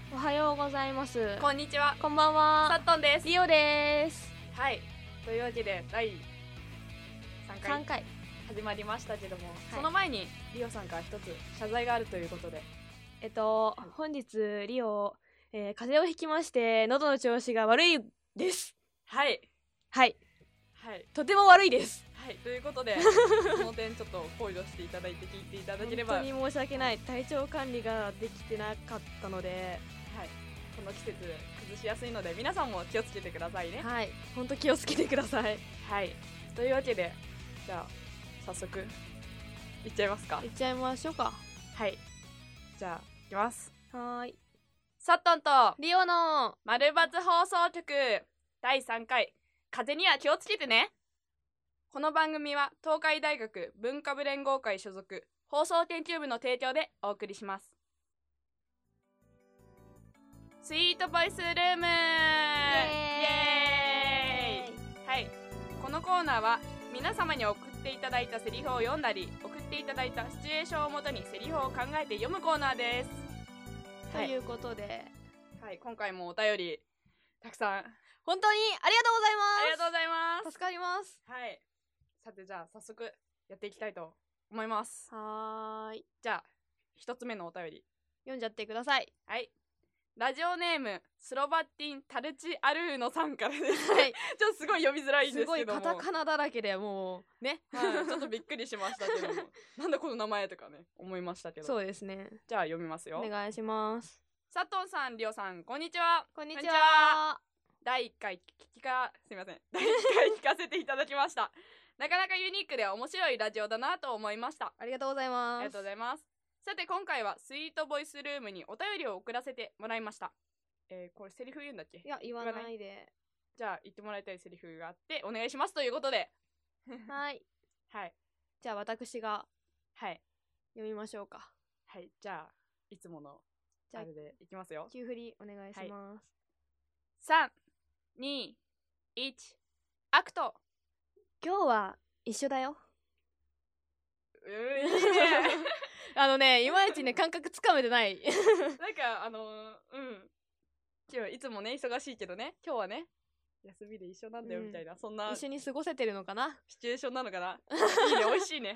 おはようございます。 こんにちは。 こんばんは。 サットンです。 リオです。 はい。というわけで第3 3回始まりましたけども、その前にリオさんから一つ謝罪があるということで、 本日リオ、風邪をひきまして喉の調子が悪いです。 はいはい、 はい、 とても悪いです。 はい、ということでその点ちょっと考慮していただいて聞いていただければ。 本当に申し訳ない。体調管理ができてなかったので、 はい、この季節崩しやすいので皆さんも気をつけてくださいね。 はい、本当気をつけてください。 はい、というわけでじゃあ早速いっちゃいますか。 いっちゃいましょうか。 はい、じゃあいきます。 はーい。 サットンとリオの丸抜放送局第3回風邪には気をつけてね。この番組は東海大学文化部連合会所属放送研究部の提供でお送りします。スイートボイスルームイエーイ。はい、このコーナーは皆様に送っていただいたセリフを読んだり、送っていただいたシチュエーションをもとにセリフを考えて読むコーナーです。 ということで、 はい、今回もお便りたくさん本当にありがとうございます。 ありがとうございます。 助かります。 はい、さてじゃあ早速やっていきたいと思います。 はーい。 じゃあ一つ目のお便り読んじゃってください。 はい、ラジオネームスロバッティンタルチアルーノさんからです。 はいちょっとすごい読みづらいんですけども、 すごいカタカナだらけでもうね、 はい、ちょっとびっくりしましたけどもなんだこの名前とかね思いましたけど、 そうですね。 じゃあ読みますよ。 お願いします。 佐藤さん、リオさん、こんにちは。 こんにちは。 第1回すいません第1回聞かせていただきました。なかなかユニークで面白いラジオだなと思いました。 ありがとうございます。 ありがとうございます。さて今回はスイートボイスルームにお便りを送らせてもらいました。これセリフ言うんだっけ？ いや、言わないで。 じゃあ言ってもらいたいセリフがあってお願いしますということではいはい、 じゃあ私がはい読みましょうか。 はい、じゃあいつものあれでいきますよ。 急振りお願いします。 3、2、1、アクト。 今日は一緒だよ。 いいねいまいちね感覚つかめてないなんか今日いつもね忙しいけどね、今日はね休みで一緒なんだよみたいな、そんな一緒に過ごせてるのかな、 シチュエーションなのかな。いいね、美味しいね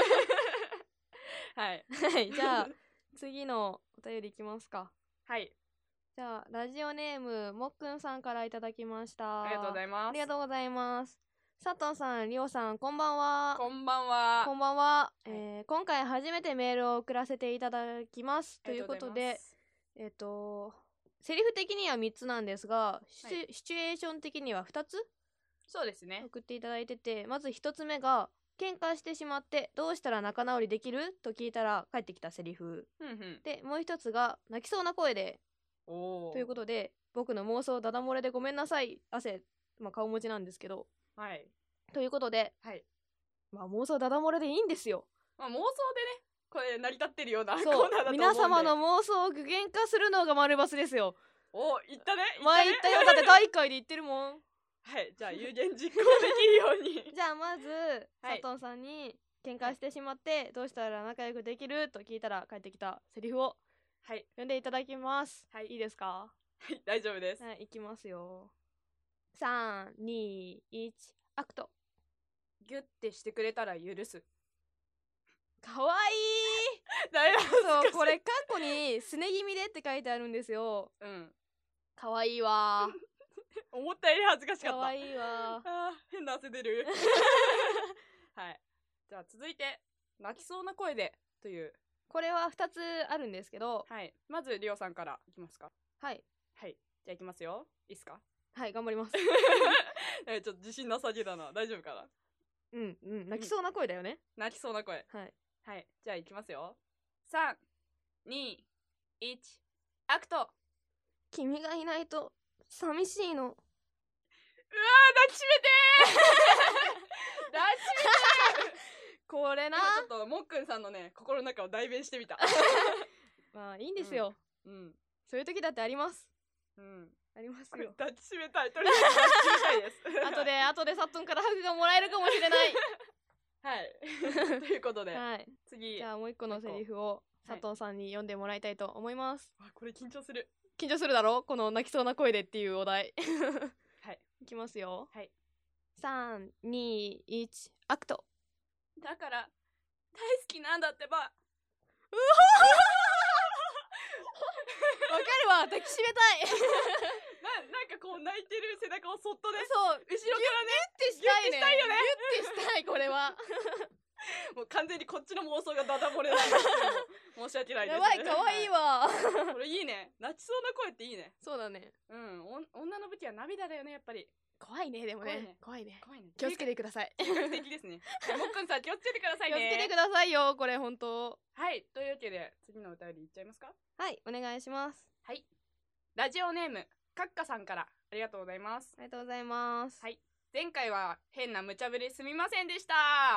はいはい、じゃあ次のお便りいきますか。 はい、 じゃあラジオネームもっくんさんからいただきました。 ありがとうございます。 ありがとうございます。佐藤さん、りおさん、こんばんは。 こんばんは。 こんばんは。今回初めてメールを送らせていただきます。ということで、セリフ的には3つなんですが、シチュエーション的には2つそうですね、 送っていただいてて、まず1つ目が喧嘩してしまってどうしたら仲直りできると聞いたら返ってきたセリフで、もう1つが泣きそうな声でということで、僕の妄想ダダ漏れでごめんなさい汗、顔持ちなんですけど、 はい、 ということで、 はい、 妄想ダダ漏れでいいんですよ。 妄想でねこれ成り立ってるようなコーそうナーだと思うんで、 皆様の妄想を具現化するのが丸バスですよ。 お、言ったね前言ったよ。だって第1回で言ってるもんはい、じゃあ有言実行できるようにじゃあまず、佐藤さんに喧嘩してしまってどうしたら仲良くできると聞いたら返ってきたセリフを読んでいただきます。はい、いいですか？ はい、大丈夫です。 はい、いきますよ。3、2、1、アクト。 ギュッてしてくれたら許す。 かわいいそう、これカッコにすね気味でって書いてあるんですよ。かわいいわ思ったより恥ずかしかった。 かわいいわ変な汗出るはい、じゃあ続いて泣きそうな声でという、 これは2つあるんですけど、 はい、まずリオさんからいきますか。 はいはい、じゃあいきますよ。いいっすか？ はい、頑張りますちょっと自信なさげだな。大丈夫かな？ 泣きそうな声だよね。 泣きそうな声。 はいはい、じゃあいきますよ。3、2、1、アクト。 君がいないと寂しいの。 うわー、抱きしめてー抱きしめてーこれな、 ちょっともっくんさんのね心の中を代弁してみたまあいいんですよ、そういう時だってあります。ありますよ。 抱きしめたい、とりあえず抱きしめたいです後でサットンからハグがもらえるかもしれないはいということで、 はい、 次じゃあもう一個のセリフを佐藤さんに読んでもらいたいと思います。 これ緊張する。 緊張するだろ、この泣きそうな声でっていうお題。 はい。 いきますよ。 はい。 3、2、1、アクト。 だから大好きなんだってば。 うわわかるわ、抱きしめたい。 なんかこう泣いてる背中をそっとね、 そう、 後ろからね、 ギュッてしたいね。 ギュッてしたいよね。 ギュッてしたい、これは。 もう完全にこっちの妄想がダダ漏れなんですけど申し訳ないです。 やばい、可愛いわ。 これいいね。泣きそうな声っていいね。 そうだね。 女の武器は涙だよね、やっぱり。 怖いね、でもね。怖いね。気をつけてください。 素敵ですね。もっくんさん、気をつけてくださいね。 気をつけてくださいよ、これ本当。 はい、というわけで次のお便りいっちゃいますか。 はい、お願いします。 はい、ラジオネームカッカさんからありがとうございます。 ありがとうございます。 はい、前回は変な無茶ぶりすみませんでした。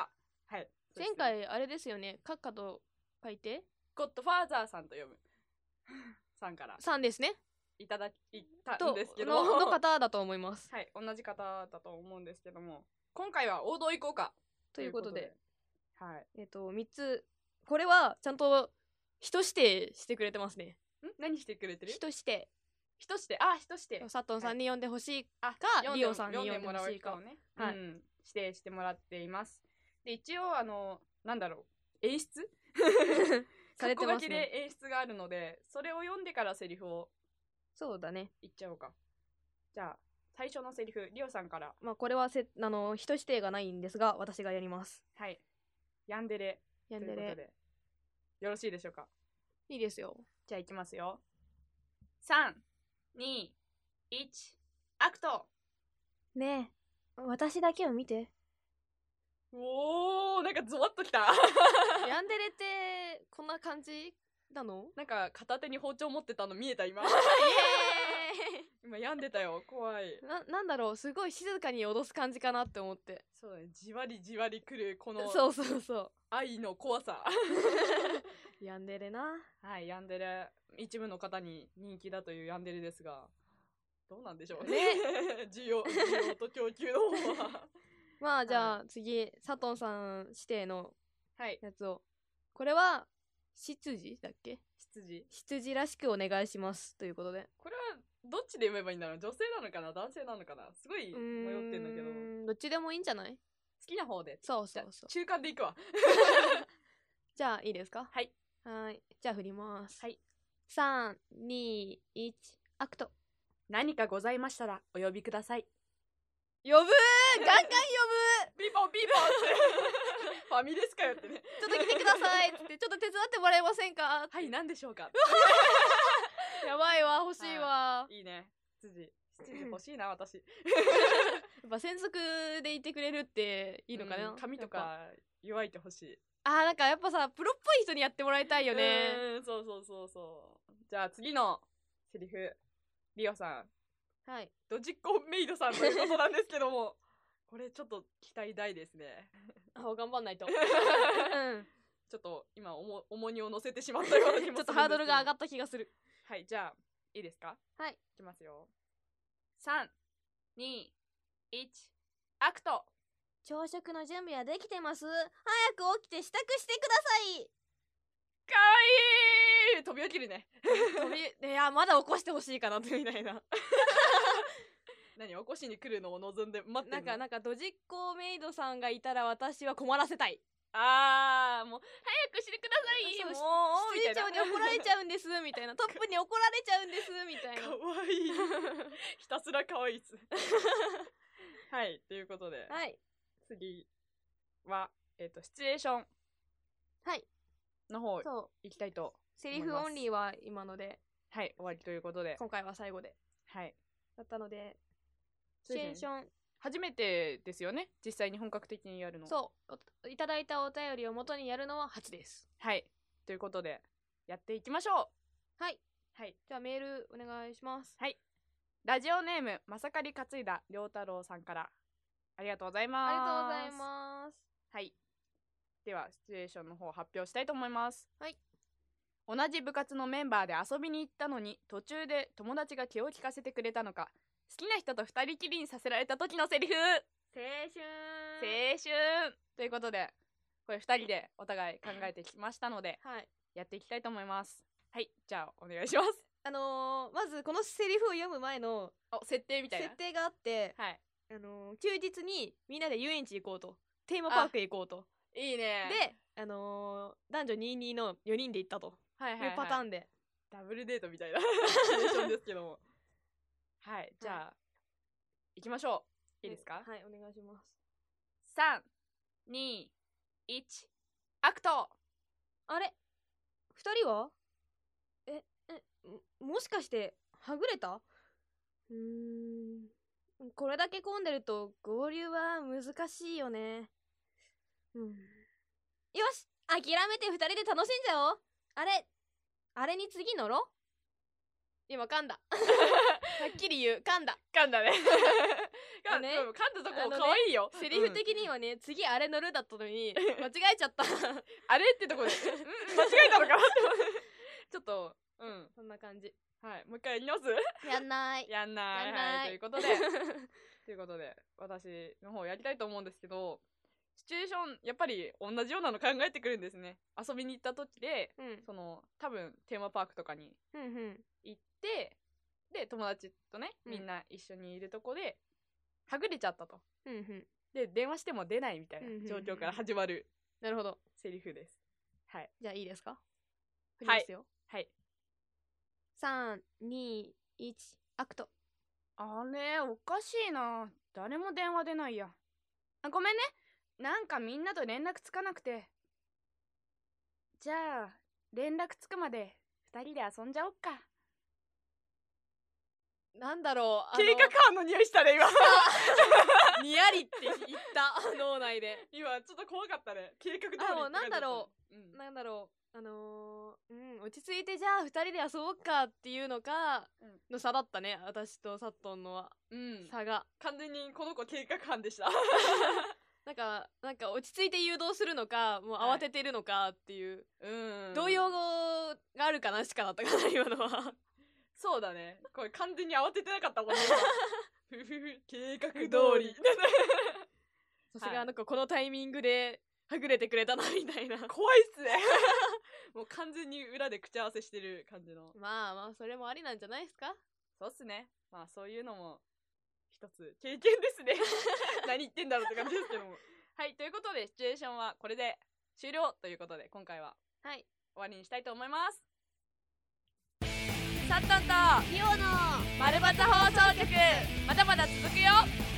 はい、 前回あれですよね、カッカと書いてゴッドファーザーさんと読むさんからさんですね、 いただいたんですけどの方だと思います。 はい、同じ方だと思うんですけども、今回は王道行こうかということで、 はい、 3つ、これはちゃんと人指定してくれてますね。 何してくれてる？ 人指定。 人して佐藤さんに読んでほしいか、リオさんに読んでほしいかをね、 はい、指定してもらっています。で、一応なんだろう、演出されてますね。書きで演出があるので、それを読んでからセリフをそうだね、 言っちゃおうか。じゃあ最初のセリフ、リオさんから。 まあこれは人指定がないんですが、私がやります。 はい、ヤンデレということでよろしいでしょうか。 いいですよ。 じゃあいきますよ。3、2、1、アクト。 ねえ、私だけを見て。 おー、なんかゾワッときた。 ヤンデレってこんな感じなの？ なんか片手に包丁持ってたの見えた今。 イエーイ。 今病んでたよ、怖い。 なんだろう、すごい静かに脅す感じかなって思って。 そうだね、じわりじわりくるこのそう愛の怖さ。 ヤンデレな。 はい、ヤンデレ、一部の方に人気だというヤンデレですが、どうなんでしょうね。需要と供給の方は。 まあじゃあ次、佐藤さん指定のやつを、 はい、 これは執事だっけ？ 執事らしくお願いしますということで、 これはどっちで読めばいいんだろう。女性なのかな、男性なのかな、すごい迷ってんだけど。 どっちでもいいんじゃない？ 好きな方で。 そう中間でいくわ。 じゃあいいですか？ はい、 じゃあ振ります。 はい、 3、2、1、アクト。 何かございましたらお呼びください。 呼ぶー、ガンガン呼ぶピーポンピーポンってファミレスかよってね。 ちょっと来てくださいって、ちょっと手伝ってもらえませんか？ はい、何でしょうか。 やばいわ、欲しいわ。 いいね、執事欲しいな、私。やっぱ専属でいてくれるっていいのかな。 髪とか弱いてほしい。 なんかやっぱさ、プロっぽい人にやってもらいたいよね。 そうじゃあ次のセリフ、リオさん、 はい、 ドジっ子メイドさんということなんですけども、これちょっと期待大ですね。 頑張んないと。 ちょっと今重荷を乗せてしまったような気もするんですけど。 ちょっとハードルが上がった気がする。 はい、じゃあいいですか？ はい、 いきますよ。3、2、1、アクト。 朝食の準備はできてます。早く起きて支度してください。 かわいい。飛び起きるね。 いや、まだ起こしてほしいかなみたいな。 何、起こしに来るのを望んで待ってんの？ なんかドジっ子メイドさんがいたら私は困らせたい。 もう早くしてください。もう室長に怒られちゃうんですみたいな。トップに怒られちゃうんですみたいな。 かわいい。ひたすらかわいいっす。はい、ということで、 はい、 次はシチュエーションの方行きたいと思います。 セリフオンリーは今ので終わりということで、 今回は最後でだったので、シチュエーション初めてですよね、実際に本格的にやるの。 そういただいたお便りを元にやるのは初です。 はいということでやっていきましょう。はいじゃあメールお願いします。 はい、ラジオネームまさかり担いだ良太郎さんからありがとうございます。 ありがとうございます。 はい、ではシチュエーションの方を発表したいと思います。 はい、 同じ部活のメンバーで遊びに行ったのに途中で友達が気を利かせてくれたのか、好きな人と二人きりにさせられた時のセリフ。 青春ということで、これ2人でお互い考えてきましたので、 やっていきたいと思います。はい、じゃあお願いします。 まずこのセリフを読む前の設定みたいな設定があって、 はい、 休日にみんなで遊園地行こうと、テーマパークへ行こうと。 いいね。 で、男女22の4人で行ったというパターンで、 ダブルデートみたいなシチュエーションですけどもはい、じゃあ、行きましょう。いいですか？ はい、お願いします。 3、2、1、アクト。 あれ？2人は？もしかしてはぐれた？これだけ混んでると合流は難しいよね。よし、諦めて2人で楽しんじゃおう。あれに次乗ろう。今噛んだはっきり言う、噛んだね噛んだとこ可愛いよ、 セリフ的にはね、次あれ乗るだったのに間違えちゃったあれってとこで間違えたのかなってちょっとそんな感じ。 はい、もう一回やりますやんないはい、ということで私の方やりたいと思うんですけど、シチュエーションやっぱり同じようなの考えてくるんですね。遊びに行った時で、その多分テーマパークとかに行って、で友達とねみんな一緒にいるとこではぐれちゃったと、で電話しても出ないみたいな状況から始まるなるほどセリフです。はい、 じゃあいいですか？ はい、はい、 3、2、1、アクト。 あれおかしいな、誰も電話出ないや。ごめんね、なんかみんなと連絡つかなくて。じゃあ連絡つくまで2人で遊んじゃおっか。 なんだろう、 計画班の匂いしたね今にやりって言った脳内で今ちょっと怖かったね。計画通りなんだろう、落ち着いてじゃあ2人で遊ぼうかっていうのかの差だったね、私とサットンのは、差が完全にこの子計画班でしたなんか落ち着いて誘導するのかもう慌ててるのかっていう、動揺があるかなしかだったかな今のはそうだね、これ完全に慌ててなかったもんね計画通りさすがこのタイミングではぐれてくれたなみたいな怖いっすねもう完全に裏で口合わせしてる感じの。 まあそれもありなんじゃないですか？ そうっすね、まあそういうのも一つ経験ですね何言ってんだろうって感じですけどもはい、ということでシチュエーションはこれで終了ということで今回は終わりにしたいと思います。サットンとリオの丸バタ放送局まだまだ続くよ。